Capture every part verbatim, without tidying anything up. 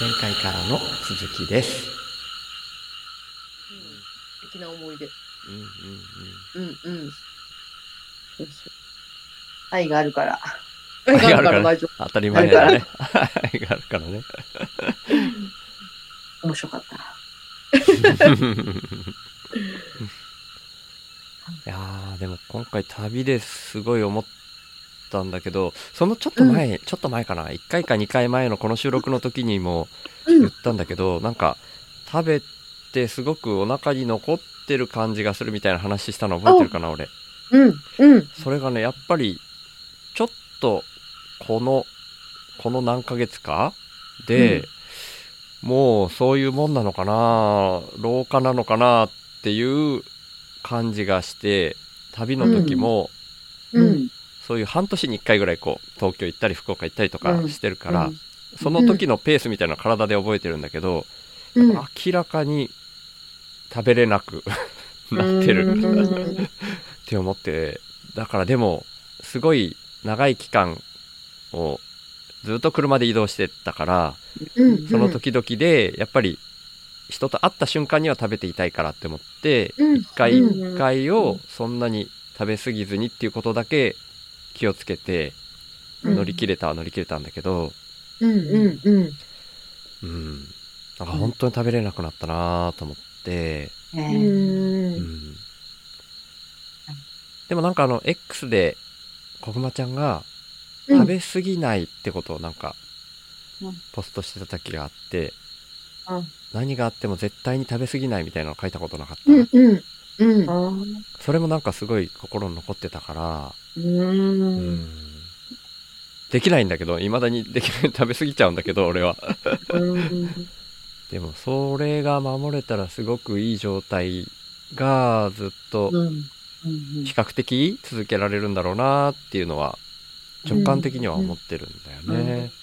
前回からの続きです。 うん、素敵な思い出。 うんうんうん。 うんうん。そうそう。愛があるから。 愛があるから大丈当たり前だね。愛があるからね。 夫。面白かった。 いやーでも今回旅ですごい思ったんだけど、そのちょっと前、うん、ちょっと前かないっかいかにかいまえのこの収録の時にも言ったんだけど、うん、なんか食べてすごくお腹に残ってる感じがするみたいな話したの覚えてるかな俺。 うんうん。 それがねやっぱりちょっとこのこの何ヶ月かで、うん、もうそういうもんなのかな、老化なのかなっていう感じがして、旅の時も、 うんうん、 そういう半年にいっかいぐらいこう東京行ったり福岡行ったりとかしてるから、うん、その時のペースみたいなの体で覚えてるんだけど、うん、明らかに食べれなくなってるって思って、だからでもすごい長い期間をずっと車で移動してたから、うん、その時々でやっぱり人と会った瞬間には食べていたいからって思って、うん、一回一回をそんなに食べ過ぎずにっていうことだけ気をつけて乗り切れたは乗り切れたんだけど、 うんうんうんうん、なんか本当に食べれなくなったなと思って、うんうん、でもなんかあの X でこぐまちゃんが食べ過ぎないってことをなんかポストしてた時があって、うん、何があっても絶対に食べ過ぎないみたいなのを書いたことなかった、うんうんうん、それもなんかすごい心に残ってたから、うーん、うん、できないんだけど、未だにできない食べ過ぎちゃうんだけど俺はうんでもそれが守れたらすごくいい状態がずっと比較的続けられるんだろうなっていうのは直感的には思ってるんだよね。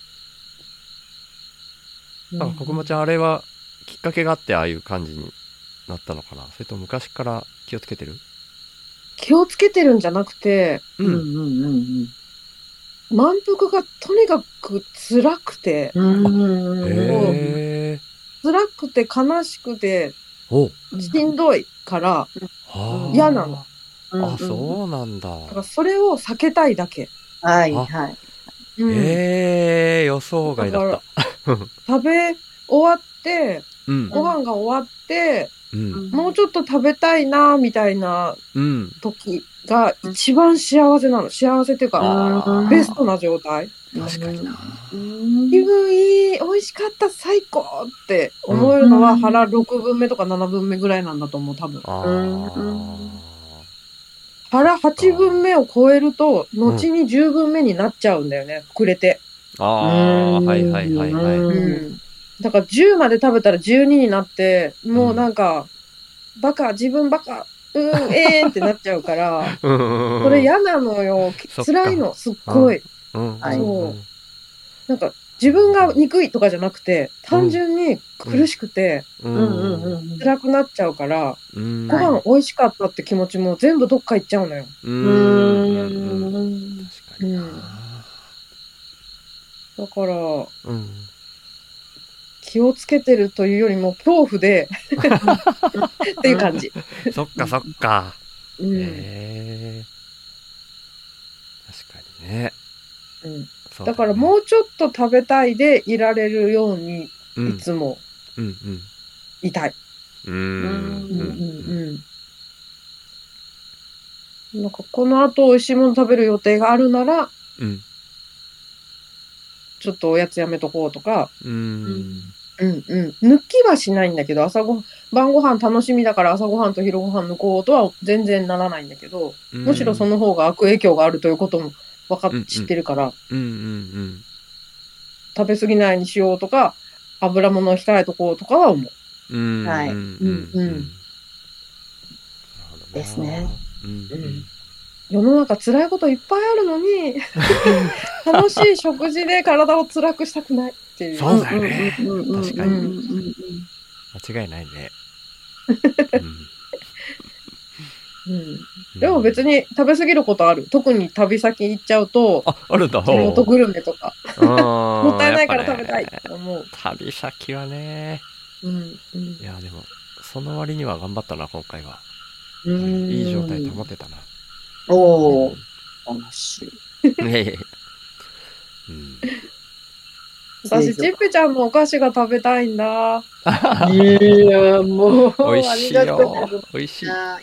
なんかこぐまちゃんあれはきっかけがあってああいう感じになったのかな、それと昔から気をつけてる？ 気をつけてるんじゃなくて、うんうんうんうん、満腹がとにかく辛くて、うんへ辛くて悲しくてしんどいから嫌なの。 あ、そうなんだ。 だからそれを避けたいだけ。 はいはい。 うん、へえ、予想外だった。 食べ終わって、うん、ご飯が終わって、うん、もうちょっと食べたいなみたいな時が一番幸せなの。幸せっていうか、ベストな状態。 確かにな。 気分いい、美味しかった、最高って思えるのは腹ろくぶんめとかななぶんめぐらいなんだと思う、多分。腹はちぶんめを超えると、後にじゅうぶんめになっちゃうんだよね、膨れて。 ああ、はいはいはいはい。 うん。だからじゅうまで食べたらじゅうにになって、もうなんか、うん、バカ、自分バカ、うーん、えーんってなっちゃうから、それ嫌なのよ。辛いの、すっごい。 うんうん、 そう。なんか、自分が憎いとかじゃなくて、単純に苦しくて、辛くなっちゃうから、うん、ご飯美味しかったって気持ちも全部どっか行っちゃうのよ。 うーん。確かにな。うん、 だから、うん、気をつけてるというよりも恐怖でっていう感じ。 そっかそっか。うん、へー、確かにね。 うん、だからもうちょっと食べたいでいられるように、うん、いつもいたい。うんうんうんうん。なんかこの後美味しいもの食べる予定があるなら、うん、ちょっとおやつやめとこうとか、うん、うんうん。抜きはしないんだけど、朝ご晩ご飯楽しみだから朝ご飯と昼ご飯抜こうとは全然ならないんだけど、うん、むしろその方が悪影響があるということも分かっ知ってるから、うんうんうん、食べ過ぎないようにしようとか、油物を控えとこうとかは思う。うん、はい。うんうん。 ですね。 うんうん世の中辛いこといっぱいあるのに楽しい食事で体を辛くしたくないっていう。 そうだよね。確かに。間違いないね。うん、 うん。でも別に食べ過ぎることある。特に旅先行っちゃうと、 あ、あるんだ。 地元グルメとか。もったいないからやっぱね食べたいって思う。 旅先はね。 うん。うん。 いや、でも、その割には頑張ったな、今回は。 うーん。 いい状態保てたな。 おー、楽しい。 ねえ。うん。 私、チッペちゃんのお菓子が食べたいんだ。 いや、もう、 美味しいよ。美味しい。 いや、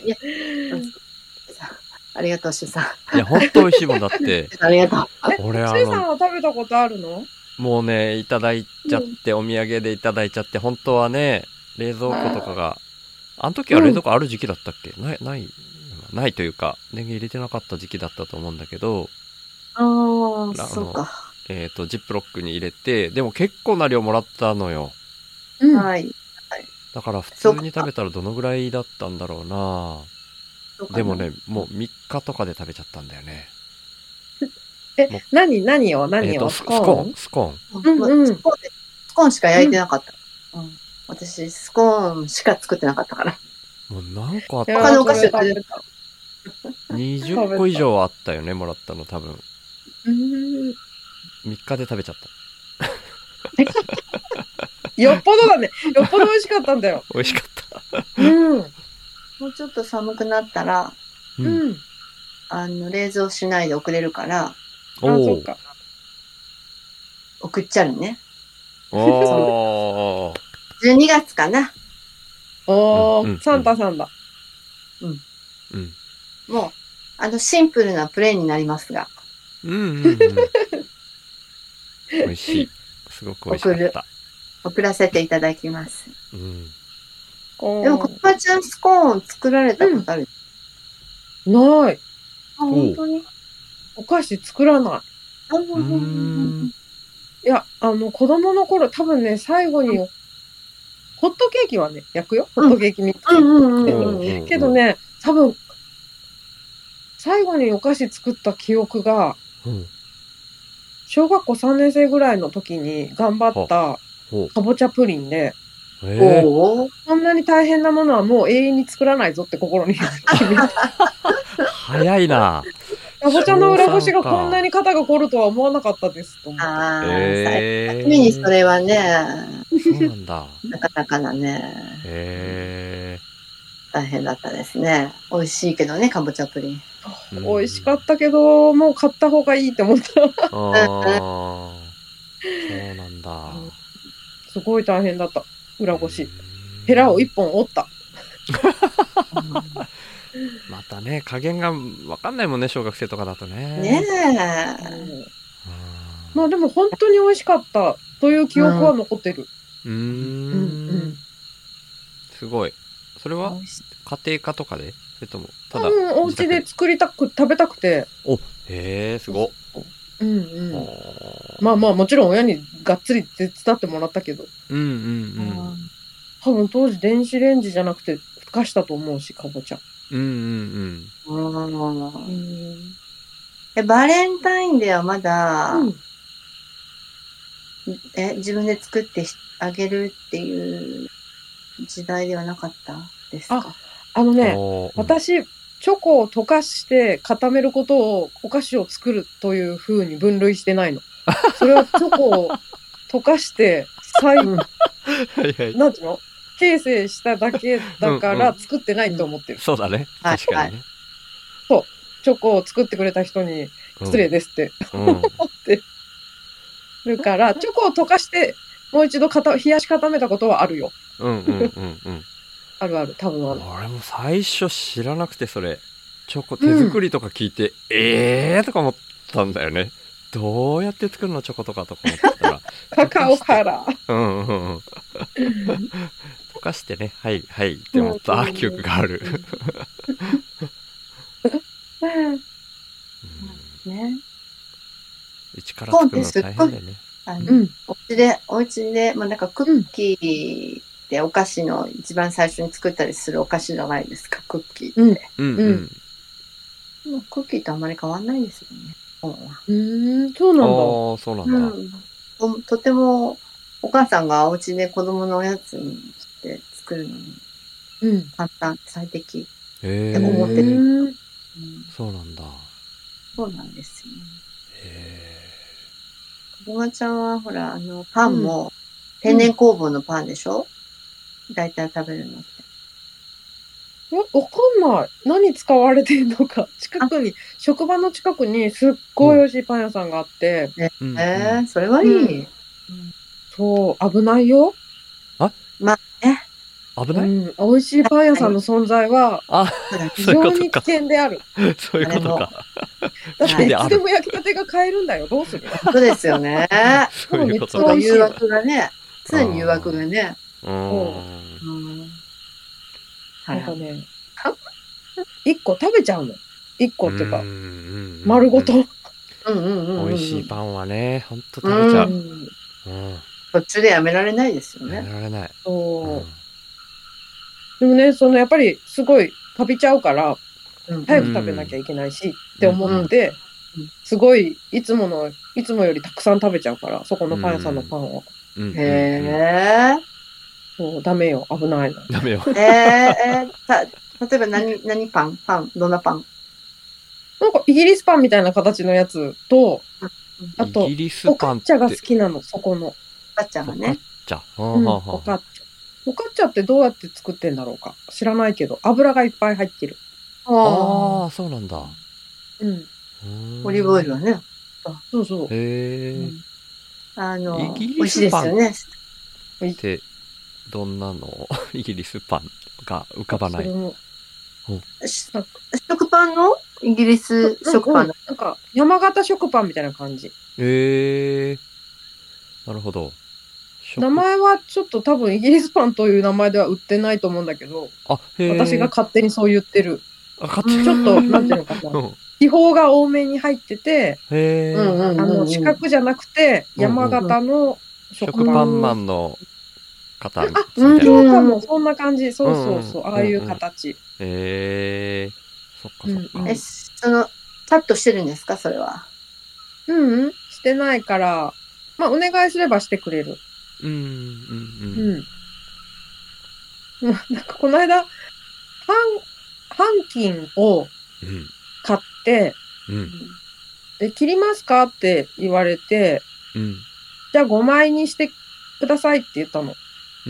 ありがとう、シュさん。いや、ほんと美味しいもんだって。 ありがとう。 俺、あの、シュさんは食べたことあるの？ もうね、いただいちゃって、うん、お土産でいただいちゃって、本当はね、冷蔵庫とかが、あの時は冷蔵庫ある時期だったっけ、うん、ない、ない、ないというか、電源入れてなかった時期だったと思うんだけど、 ああ、そうか。 えっと、ジップロックに入れて、でも結構な量もらったのよ。 うん、はい。 だから普通に食べたらどのぐらいだったんだろうな。でもね、もうみっかとかで食べちゃったんだよね。 え、何、何を何を、えー、とスコーンスコーン、 うんうん、スコーンスコーンしか焼いてなかった。うんうん、私、スコーンしか作ってなかったから。 もう何個あった他のお菓子食べた。 にじゅっこ以上あったよね、もらったの多分。 うんみっかで食べちゃった。 よっぽどだね。よっぽど美味しかったんだよ。 美味しかった。 うん。もうちょっと寒くなったら、 うん。 あの、冷蔵しないで送れるから、あ、 そっか。 送っちゃうね。 おー。 じゅうにがつかな。 おー、うんうん、サンタさんだ。 うん。 うん。 もう、あの、シンプルなプレーンになりますが。 うんうんうん。美味しい。すごく美味しかった。 送らせていただきます。 うん。 でも、コパちゃんスコーン作られたことある？ うん、ない。 あ、本当に？ お菓子作らない。 うん。 いや、あの、子供の頃、多分ね、最後に、ホットケーキはね、焼くよ。ホットケーキミックス。けどね、多分、最後にお菓子作った記憶が、うん、小学校さんねん生ぐらいの時に頑張ったかぼちゃプリンで、 えー、 こんなに大変なものはもう永遠に作らないぞって心に決めた。 早いな。 かぼちゃの裏ごしがこんなに肩が凝るとは思わなかったですと思って。 ああ、えー、にそれはね、 そうなんだ。 なかなかなね。 へえー。大変だったですね。美味しいけどね、かぼちゃプリン。 美味しかったけど、もう買った方がいいって思った。ああ、そうなんだ。 すごい大変だった。裏ごし。ヘラを一本折った。 またね、加減が分かんないもんね、小学生とかだとね。 ねえ。 まあでも本当に美味しかったという記憶は残ってる。 うん。うんうん、すごい。それは家庭科とかで？それともただ、 うん、お家で作りたく食べたくて。 お、へえ、すごっ。 うんうん。まあまあもちろん親にがっつり手伝ってもらったけど。 うんうんうん。 多分当時電子レンジじゃなくてふかしたと思うし、かぼちゃ。 うんうんうん。 うん。え、バレンタインデーはまだ、うん、え、自分で作ってあげるっていう時代ではなかったですか？ あ、あのね、私、チョコを溶かして固めることをお菓子を作るというふうに分類してないの。それはチョコを溶かして再、うん、はいはい、なんていうの？形成しただけだから作ってないと思ってる。 うんうん、そうだね。確かにね、はい。 そう。チョコを作ってくれた人に失礼ですって、うん、思ってるから、チョコを溶かしてもう一度かた冷やし固めたことはあるよ。 うんうんうんうん。 あるある、多分ある。 俺も最初知らなくて、それチョコ手作りとか聞いて、うん、えーとか思ったんだよね。どうやって作るのチョコとかとか思ってたらカカオカラーうんうんうん溶かしてね、はいはいって思った、うん、記憶があるうん、ね、 一から作るの大変だよね。 あの、うん、お家でお家でまあなんかクッキーってお菓子の一番最初に作ったりするお菓子じゃないですか、クッキーって。 うんうんうん、クッキーとあんまり変わんないですよね。 うん、そうなんだ。 ああ、そうなんだ、 うん。とてもお母さんがお家で子供のおやつにして作るのに、 うん、 簡単、最適。 へでも思ってて、 え。 うん、 そうなんだ。 そうなんですよ。 へこぐまちゃんはほら、あの、パンうん。 も天然うん。 酵母のパンでしょ、大体食べるのって。 え、わかんない。何使われてんのか。近あ、 くに、職場の近くにすっうん。 ごい美味しいパン屋さんがあって、 ねうんえうん。 ー、それはいうん。 い。うん、 そう、危ないよ。 あ、 まあね、 危ない？ うん。美味しいパン屋あれ、 さんの存在はあ、 非そういうこ常に危とか。 険である。 そういうことか。 あれも、 だっていはい。 危険である。 つでも焼きたてが買えるんだよ。どうする？ そうですよね。 そういうでもめっちゃことか。 そう、誘美味しいの。 惑がね、常に誘惑あがね。 あ。うそう。 ーん。 うん。はいはい。 なんかね、一個食べちゃうの。一うーん。 個っていうか、 うんうん丸ごと。 うんうんううん。美味んうんしいパンはね、ほんとうん。 食べちゃうん。 うん。 う。うん。 途中でやめられないですよやめね。 られない。うん。 そう。でもね、そのやっぱりすごい食べちゃうから、 うんうう早くん。 食べなきゃん。 いけないしってうん思っうん。 て、 うん。 すごいいつもの、いつもよりたくさん食べちゃうから、そこうん。 のパン屋さんのうん。 パンを。 うんへうんうん。 え。 そう、ダメよ、危ないの。 ダメよ。 えー、えー、た、例えば何、何パンパンどんなパン？ なんかイギリスパンみたいな形のやつと、 うん。 あと、 イギリスフォカッチャが好パンって、 きなの、そこの。 ばっちゃんフォカッがね。 チャ。はあうん、 はあはあはフォカッチャ。フォカッチャってどうやって作ってんだろうか。知らないけど、油がいっぱい入ってる。 ああ、 あ。ああ、そうなんだ。 うん、 うーオリーブオイん。 ルはね。 そうそへえ。 うん、あの、 イギリ美味しいスパンっですよね。 う。いてどんなの？イギリスパンが浮かあ、 ばない。 それも、 しなんか、 食パンのイギリスなんか、うん、 食パンの。 なんか山形食パンみたいな感じ。 へえ。なるほど。食、 名前はちょっと多分イギリスパンという名前では売ってないと思うんだけど、 あ、 私がへえ。 勝手にそう言ってる。 あ、勝う手ちょっと、なんていうーん。 のかな。 に。うん。 気泡が多めに入ってて、 へえ。 うんうんあの、四うんうん。 角じゃなくて、山うんうん。 うん形の食パン。 食パンマンの方みあ、 たいな。 そうかも。そんな感じ。 うそうそうんうんそう。ああいううんうん。 形。 へえ。そっかそっか。 え、 うんうん。 その、カットしてるんですかそれは？ うんうん。してないから、まあ、お願いすればしてくれる。 うんうんうん。まあなんか、この間、半、半斤をうん。うん。 買って、 うん。 で、切りますかって言われて、 うん。 じゃあごまいにしてくださいって言ったの。 うん。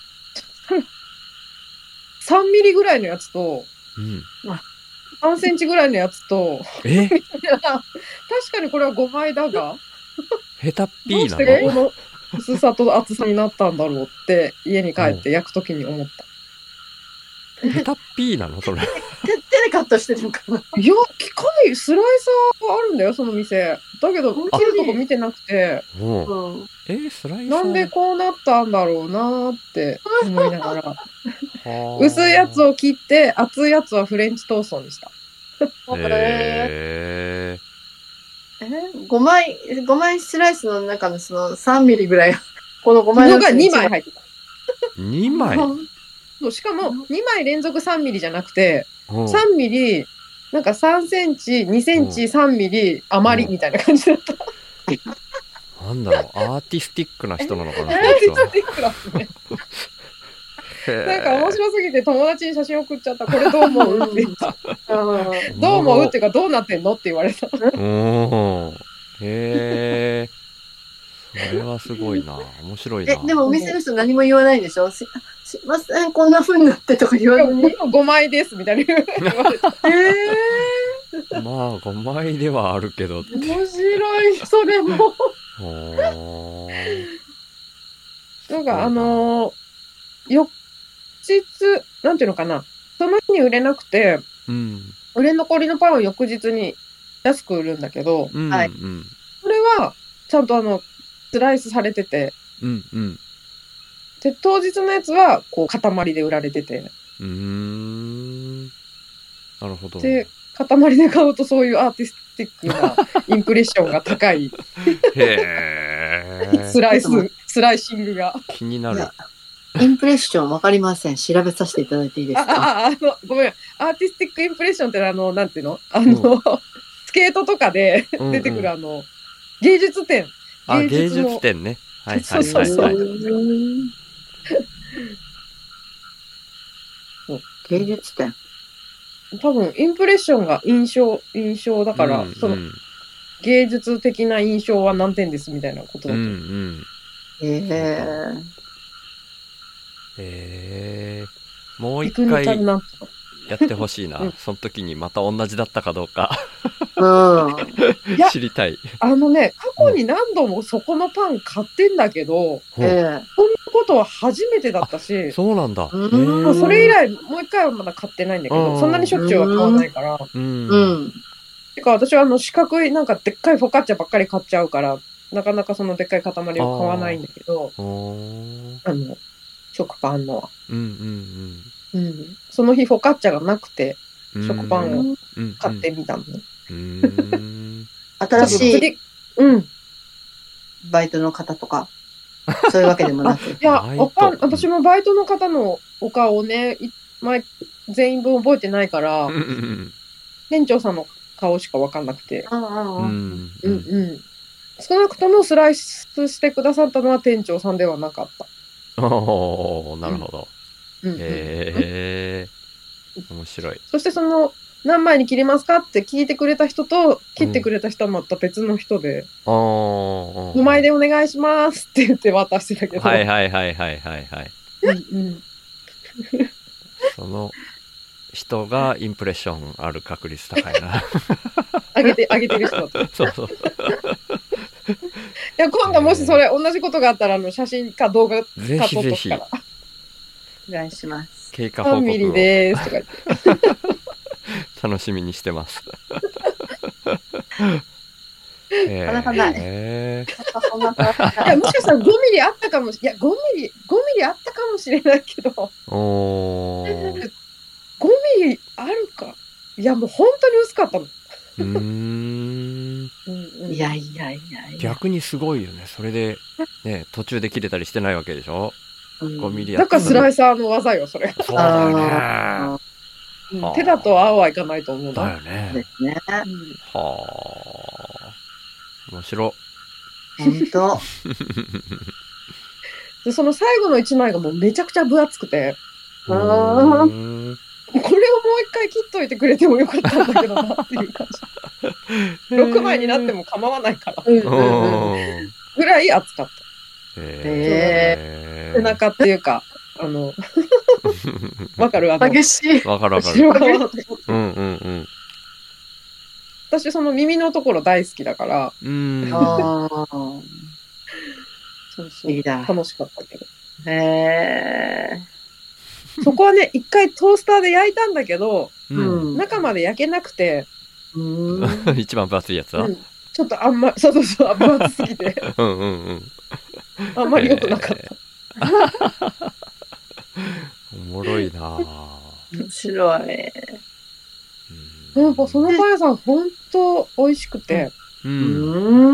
さんミリぐらいのやつと、 うん。 さんセンチぐらいのやつと、 え、 みたいな。確かにこれはごまいだが、 ヘタッピどうしーなの？ てこの薄さと厚さになったんだろうって家に帰うん。 って焼くときに思った。 ヘタッピーなのそれ。 手、手でカットしてるのかな？ いや、機械、スライサーがあるんだよ、その店。だけど、 本切るとこ見てなくて、 うん。 当に。 えー、スライサなんでーで。 こうなったんだろうなーって思いながら。 は薄いやつあ。 を切って、厚いやつはフレンチトーストにした。 うん。えへー、え、ごまい、ごまいスライスの中のそのさんミリぐらい、このごまいののがにまい中に一番。 入ってた。 ー。にまい。 そうしかも、にまい連続さんミリじゃなくて、 うん。 さんミリ、なんかさんセンチ、にセンチ、さんミリ余りみたいな感じだった。 なんだろう、アーティスティックな人なのかな、 アーそいつは。 ティスティックだね。なんか面白すぎて友達に写真送っちゃった。これどう思うって言った。 うんどう思うっていうかどうなってんのって言われた。 おー。へえ。それはすごいな。面白いな。 え、でもお店の人何も言わないでしょ？す、すいません、こんな風になってとか言わずに。 ごまいですみたいな言われた。 えー、 まあ、ごまいではあるけどって。 面白い、それも。 おー。 なんかあのー、翌日、なんていうのかな。その日に売れなくて、 うん。 売れ残りのパンを翌日に安く売るんだけど、 うん。 はいうん。 それはちゃんとあの、スライスされてて、 うん。うん。 で、当日のやつはこう塊で売られてて、 うーん。なるほど。 で、塊で買うとそういうアーティスティックなインプレッションが高いへえ。 スライス、スライシングが。 気にないるや。インプレッションわかりません。調べさせていただいていいですあ、 か？ あ、ああの、ごめん。アーティスティックインプレッションってあの、なんていうのあの、スケートとかでうん出てくうんるあの、芸術展。 あ、芸芸術の術展ね。はいそはいうそうそうはいはい。 芸術展。 多分インプレッションが印象、印象だから、 うんうん、 その芸術的な印象は何点ですみたいなことだと。うんうん。 へえ。 へえ。もう一回やってほしいな。うん、その時にまた同じだったかどうか。うん、知りたい。 あのね、過去に何度もそこのパン買ってんだけど、うん、そんなことは初めてだったし。 そうなんだ。 うん、それ以来もう一回はまだ買ってないんだけど、そんなにしょっちゅうは買わないから。うん。うん。てか私はあの四角いなんかでっかいフォカッチャばっかり買っちゃうから、なかなかそのでっかい塊を買わないんだけど、あの、食パンのは。うんうんうん。うん。その日フォカッチャがなくて、食パンを買ってみたの。うん。 新しい、うん。バイトの方とか、そういうわけでもなく。いや、わかん、私もバイトの方のお顔をね、前、全員分覚えてないから、店長さんの顔しかわかんなくて。うんうんうん。少なくともスライスしてくださったのは店長さんではなかった。 おー、なるほど。うん、へえ、面白い。 そしてその、何枚に切りますかって聞いてくれた人と、切ってくれた人はまた別の人で、うん、ごまいでお願いしますって言って渡してたけど。 はいはいはいはいはいはい。うんうん、その人がインプレッションある確率高いな。 上げて、上げてる人だと。そうそう。いや、今度もしそれ同じことがあったら、あの、写真か動画か撮っとくから。ぜひぜひ。お願いします。 経過報告を。 さんミリでーすとか言って。 楽しみにしてます。 なかなかない。 えー、いや、もしかしたらごミリあったかもしれない。いや、ごミリ、ごミリあったかもしれないけど。おー。ごミリあるか。いや、もう本当に薄かったの。うーん。いやいやいやいや。 逆にすごいよね。それで、ね、途中で切れたりしてないわけでしょ。ごミリだからスライサーの技よ、それ。 そうだよね。 手だとああはいかないと思うだよね。ですね。はあ。面白。 本当。 で、その最後の一枚がもうめちゃくちゃ分厚くて。ああ。これをもう一回切っといてくれてもよかったんだけどなっていう感じ。ろくまいになっても構わないから。ぐらい厚かった。へえ。背中っていうか、あの、わかるあの、 激しい。 わかるわかる。うんうんうん。 私、その耳のところ大好きだから。うん。ああ。そうそう。いいだ。楽しかったけど。へえ。そこはね、一回トースターで焼いたんだけど、うん、中まで焼けなくて。 うん。一番分厚いやつは、うん、 ちょっとあんま、そうそうそう、分厚すぎて。うんうんうん。あんまり良くなかった。 おもろいなぁ。 面白い。 なんかそのパン屋さん本当美味しくて、うん、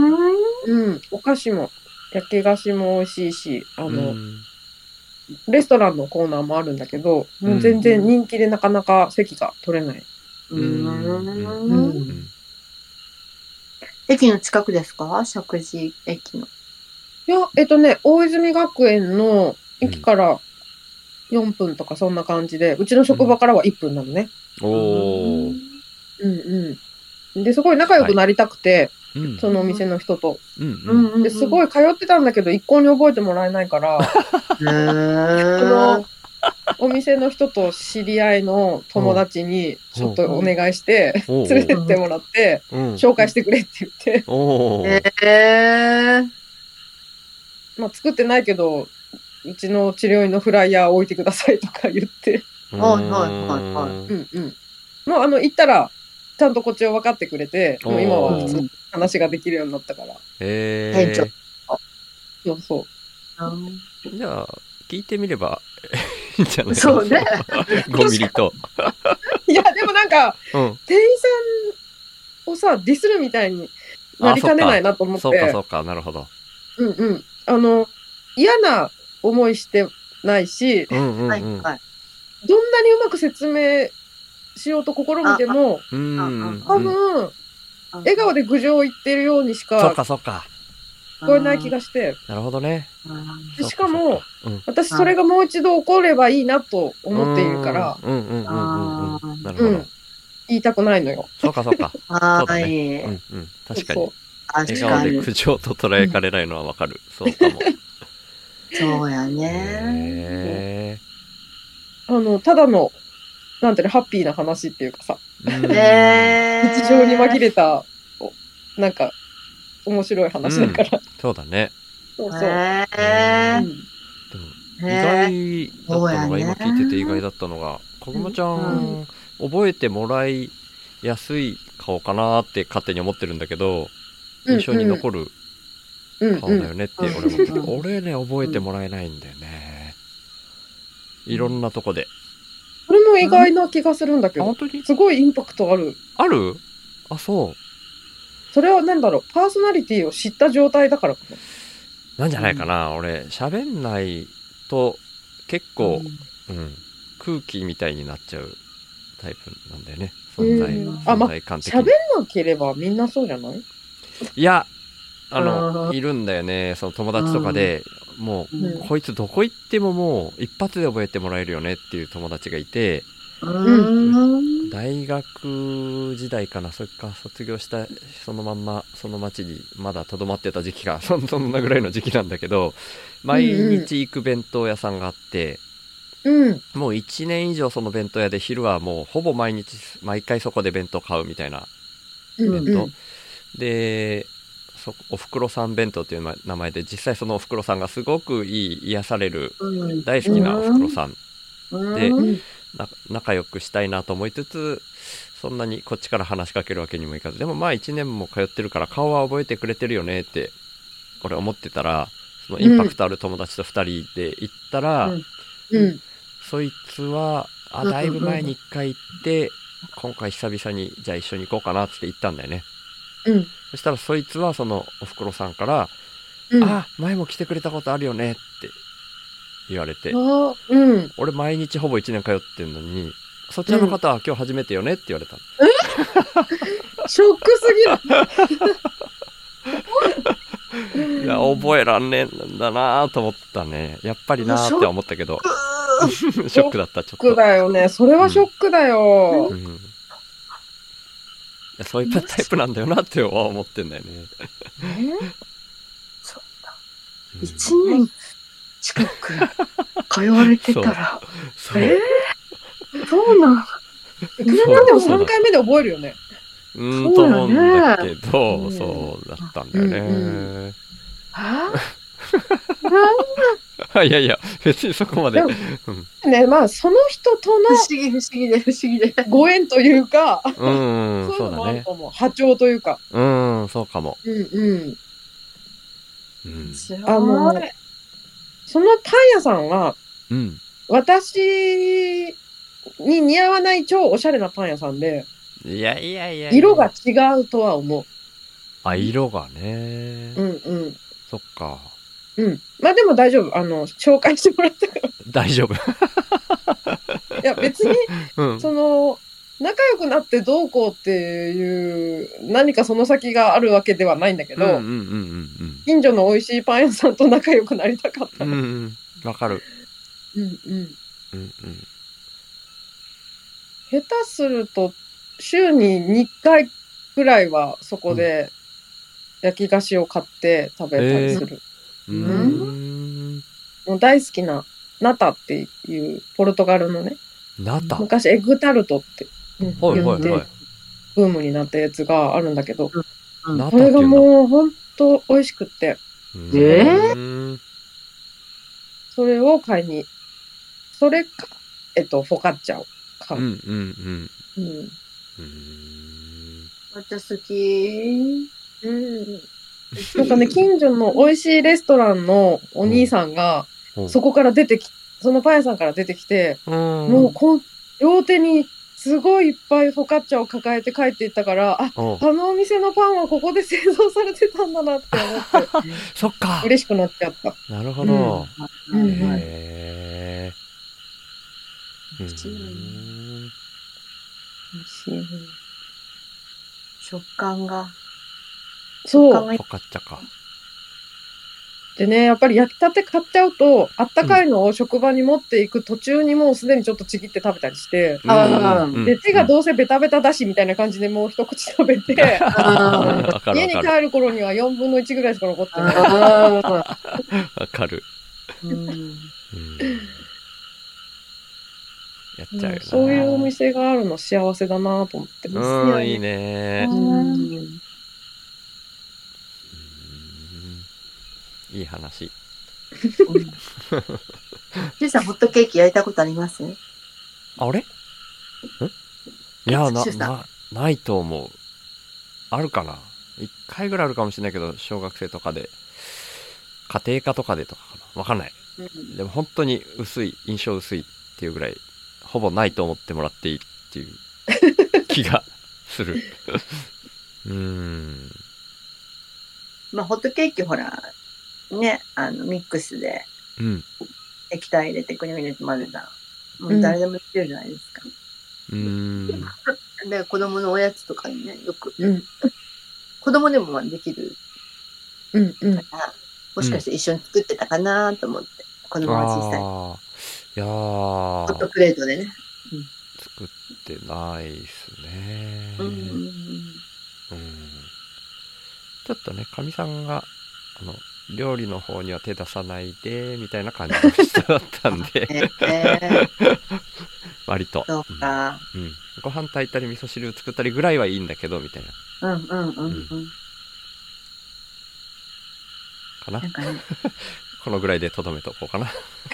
うん、お菓子も焼き菓子も美味しいし、あの、うん、レストランのコーナーもあるんだけど、もう全然人気でなかなか席が取れない。うん、 駅の近くですか？石神井駅の。 いや、えっとね、大泉学園の駅からよんぷんとかそんな感じで、うちの職場からはいっぷんなのね。うん、おー。うんうん。で、すごい仲良くなりたくて、はい、そのお店の人と。うんうん、ですごい通ってたんだけど、一向に覚えてもらえないから、そのお店の人と知り合いの友達にちょっとお願いして、連れてってもらって、紹介してくれって言って。へー。まあ、作ってないけど、うちの治療院のフライヤー置いてくださいとか言って。はいはいはいはい。うんうん。もうあの、行ったら、ちゃんとこっちを分かってくれて、もう今は普通に話ができるようになったから。へえ。店長。そうそう。 じゃあ、聞いてみればいいんじゃないですか。そうね。 ごミリと。 いや、でもなんか、うん、店員さんをさ、ディスるみたいになりかねないなと思って。 そうかそうか、なるほど。 うんうん。あの、嫌な思いしてないし、うんうんうん、はいはい、どんなにうまく説明しようと試みても、多分、笑顔で愚情を言ってるようにしか、 そうかそうか。 聞こえない気がして。 なるほどね。 でしかも、うん、私それがもう一度起こればいいなと思っているから。うんうんうんうん。なるほど。 言いたくないのよ。 そうかそうか。そうだね。 はい。 うんうん。確かに。 確笑顔かに。 で苦情と捉えかれないのはわかる。そうかも。 そうやね。 へあの、ただの、なんていうの、ハッピーな話っていうかさ、 ー。 へー。 日常に紛れた、おなんか、面白い話だから。 そうだね。 そうそう。 へうー。 んでもへー意外だったのが、今聞いてて意外だったのが、こぐまちゃうんん、覚えてもらいやすい顔かなって勝手に思ってるんだけど、 うん印象に残るうん顔だよねってうん俺思ってて、 うん俺ね、覚えてもらえないんだよね。いろんなとこで。 それも意外な気がするんだけあ、 ど、 本当にすごいインパクトある。 あるあ、そう。 それはなんだろう、パーソナリティを知った状態だからかな。 なんじゃないかな、俺、喋んないと結構、うん、空気みたいになっちゃうタイプなんだよね。存在、 うんあま存在感的に。 喋んなければみんなそうじゃない？ いや、あの、 あーいるんだよね。その友達とかで、もう、 うんこいつどこ行ってももう一発で覚えてもらえるよねっていう友達がいて、 うん。 大学時代かな、それか卒業したそのまんまその町にまだとどまってた時期がそんなぐらいの時期なんだけど、毎日行く弁当屋さんがあって、 うん。 もういちねん以上その弁当屋で、昼はもうほぼ毎日毎回そこで弁当買うみたいな弁当、 うんで、そおふくろさん弁当っていう名前で、実際そのおふくろさんがすごくいい癒される大好きなおふくろさんで、 うんな仲良くしたいなと思いつつ、そんなにこっちから話しかけるわけにもいかず、でもまあいちねんも通ってるから顔は覚えてくれてるよねって俺思ってたら、そのインパクトある友達とふたりで行ったら、 うんうんそいつはあだいぶ前にいっかい行って、今回久々にじゃあ一緒に行こうかなって言ったんだよね。 うんそしたらそいつはそのおふくろさんから、 うんあ、前も来てくれたことあるよねって言われて、 あうん俺毎日ほぼいちねん通ってんのに、そちらの方は今日初めてよねって言われたの。 ショックすぎる。 いや、覚えらんねえんだなと思ったね。やっぱりなーって思ったけど、ショックだった、ちょっショックと。 だよね。それはショックだよ。 うん、いや、そういったタイプなんだよなって思ってんだよね。 えそうだ。一年近く通われてたら。 そう。 えー、そうなん。 いくらなんでもさんかいめで覚えるよね。 うーん、と思うんだけそど、 うだよねそうだったんだよね。 うんいやいや、別にそこまで。 でもね、まあ、その人と不思議不思議で不思議で。 のご縁というか、 うん、 そういうのもそうだね。 あると思う。波長というか。 うん、そうかも。 うんうん。 うん。 あの、そのパン屋さんは、 うん。 私に似合わない超おしゃれなパン屋さんで、 いやいやいやいや。 色が違うとは思う。 あ、色がね。 うんうん。 そっか。 うん。まあでも大丈夫。あの、紹介してもらったから。 大丈夫。 いや、別に、 うん。 その、仲良くなってどうこうっていう、何かその先があるわけではないんだけど、 うんうんうんうん近所の美味しいパン屋さんと仲良くなりたかった。 うん。うんうん。わかる。 うんうん。 うんうん。 下手すると、週ににかいくらいはそこで焼き菓子を買って食べたりする。 うーん。 もう大好きなナタっていうポルトガルのね、 ナタ。 昔エッグタルトってはいはいはい。 ブームになったやつがあるんだけど、 ナタこれがもうほんと美味しくって、 えー、 それを買いに、それか、えっと、フォカッチャを買う。 うんうんうん。 うん。 うーん。 めっちゃ好き。 うん。なんかね、近所の美味しいレストランのお兄さんが、そこから出てき、そのパン屋さんから出てきて、もうこん、両手にすごいいっぱいフォカッチャを抱えて帰っていったから、あ、あのお店のパンはここで製造されてたんだなって思って、 そっか。 嬉しくなっちゃった。 なるほど。 うんうんうんへー。うーん。 美味しい。 食感が。 そう。 フォカッチャか。 でね、やっぱり焼きたて買っちゃうと、あったかいのを職場に持っていく途中にもうすでにちょっとちぎって食べたりして、 うん、 うん、で、手がどうせベタベタだしみたいな感じでもう一口食べて、家に帰る頃にはよんぶんのいちぐらいしか残ってない。 わかる。うん、やっちゃうよな、うん、 そういうお店があるの幸せだなと思ってます。 うん、いいね。うんいい話。 ジュさん、ホットケーキ焼いたことあります？ あれ？ん？いや、な、な、ないと思う。あるかな？一回ぐらいあるかもしれないけど、小学生とかで、家庭科とかでとかかな。わかんない。うん、でも本当に薄い、印象薄いっていうぐらい、ほぼないと思ってもらっていいっていう気がする。うーん。 まあ、ホットケーキほら、ね、あのミックスで液体入れてクリーム入れて混ぜたら、もう誰でもできるじゃないですか。うん。で子供のおやつとかにねよく、うん、子供でもできるから、うんうん、もしかして一緒に作ってたかなと思って、うん、子供は小さい。あいやホットプレートでね、 うん、作ってないっすね。うんうんうん、うん、ちょっとねかみさんがあの料理の方には手出さないでみたいな感じの人だったんで、えー、割とそうか、 うんうん、ご飯炊いたり味噌汁作ったりぐらいはいいんだけどみたいな、うんうんうんうん、うん、かな、なんか、ね、このぐらいでとどめとこうかな。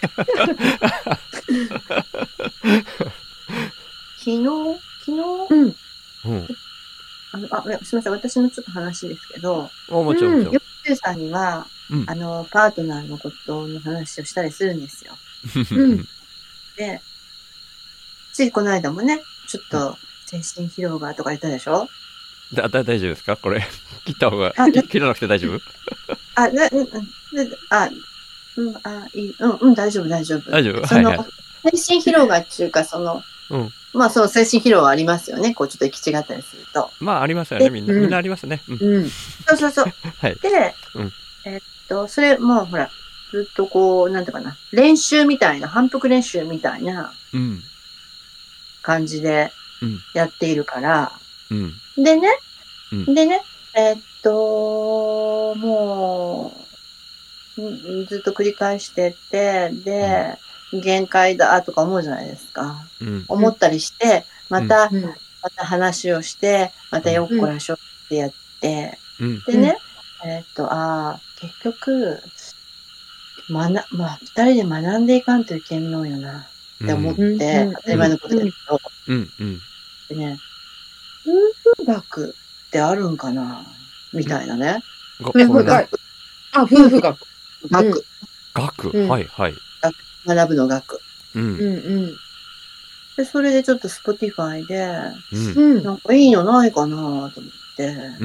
昨日昨日、うんうん、あのあすみません、私のちょっと話ですけど、 もちろんもちろん、 よくさんには、うん、あのパートナーのことの話をしたりするんですよ。うん、で、ついこの間もね、ちょっと精神疲労がとか言ったでしょ。 だだ大丈夫ですかこれ切った方が切らなくて大丈夫？ あ、な、うん、あ、うん、あ、いい、うん、うん、大丈夫、大丈夫。 大丈夫。 その、 はいはい、 精神疲労がっていうか、その、うん、まあ、その精神疲労はありますよね。こう、ちょっと行き違ったりすると。 まあ、ありますよね。みんな、みんなありますね。うん。うん、 そうそうそう。はい。で、うん、えー、っと、それ、もう、ほら、ずっとこう、なんていうかな、練習みたいな、反復練習みたいな感じでやっているから、うん、でね、うん、でね、えー、っと、もう、ずっと繰り返してて、で、うん、限界だとか思うじゃないですか。うん、思ったりして、また、うん、また話をして、またよっこらしょってやって、うん、でね、うん、えー、っと、ああ、結局、まな、まあ、二人で学んでいかんといけんのよな、って思って、うん、当たり前のことですけど、うんうん、でね、夫婦学ってあるんかなみたいなね。 夫婦学。あ、夫婦学。 学。 学、うん、はいはい。 学ぶの学。うんうんうん。で、それでちょっと Spotify で、うん、なんかいいのないかなと思って、うん、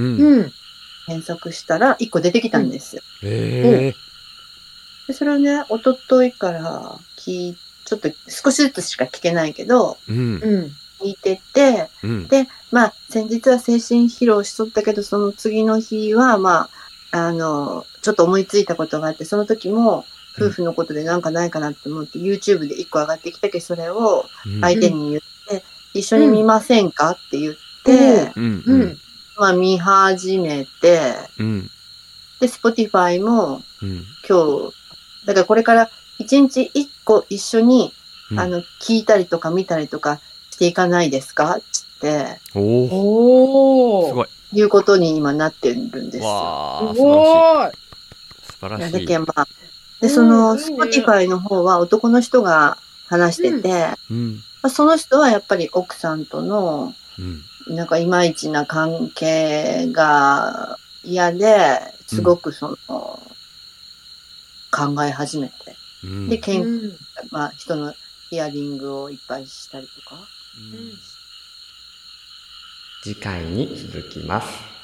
検索したらいっこ出てきたんですよ。うん、へー。で、それをね、一昨日から聞い、ちょっと少しずつしか聞けないけど、うん、聞いてて、うん、で、まあ、先日は精神疲労しとったけど、その次の日は、まあ、あの、ちょっと思いついたことがあって、その時も、夫婦のことでなんかないかなと思って、うん、YouTube でいっこ上がってきたけど、それを相手に言って、うん、一緒に見ませんかって言って、うんうん、まあ、見始めて、うん、で、Spotify も、うん、今日、だからこれから一日一個一緒に、うん、あの、聞いたりとか見たりとかしていかないですかつって、 おー、すごい。 いうことに今なってるんですよ。 わー、素晴らしい。素晴らしい。 だけまあ、で、その、Spotify の方は男の人が話してて、うんまあ、その人はやっぱり奥さんとの、うん、なんかいまいちな関係が嫌で、すごくその、うん、考え始めて、うん、で、けん、うん、まあ、人のヒアリングをいっぱいしたりとか。うん、 次回に続きます。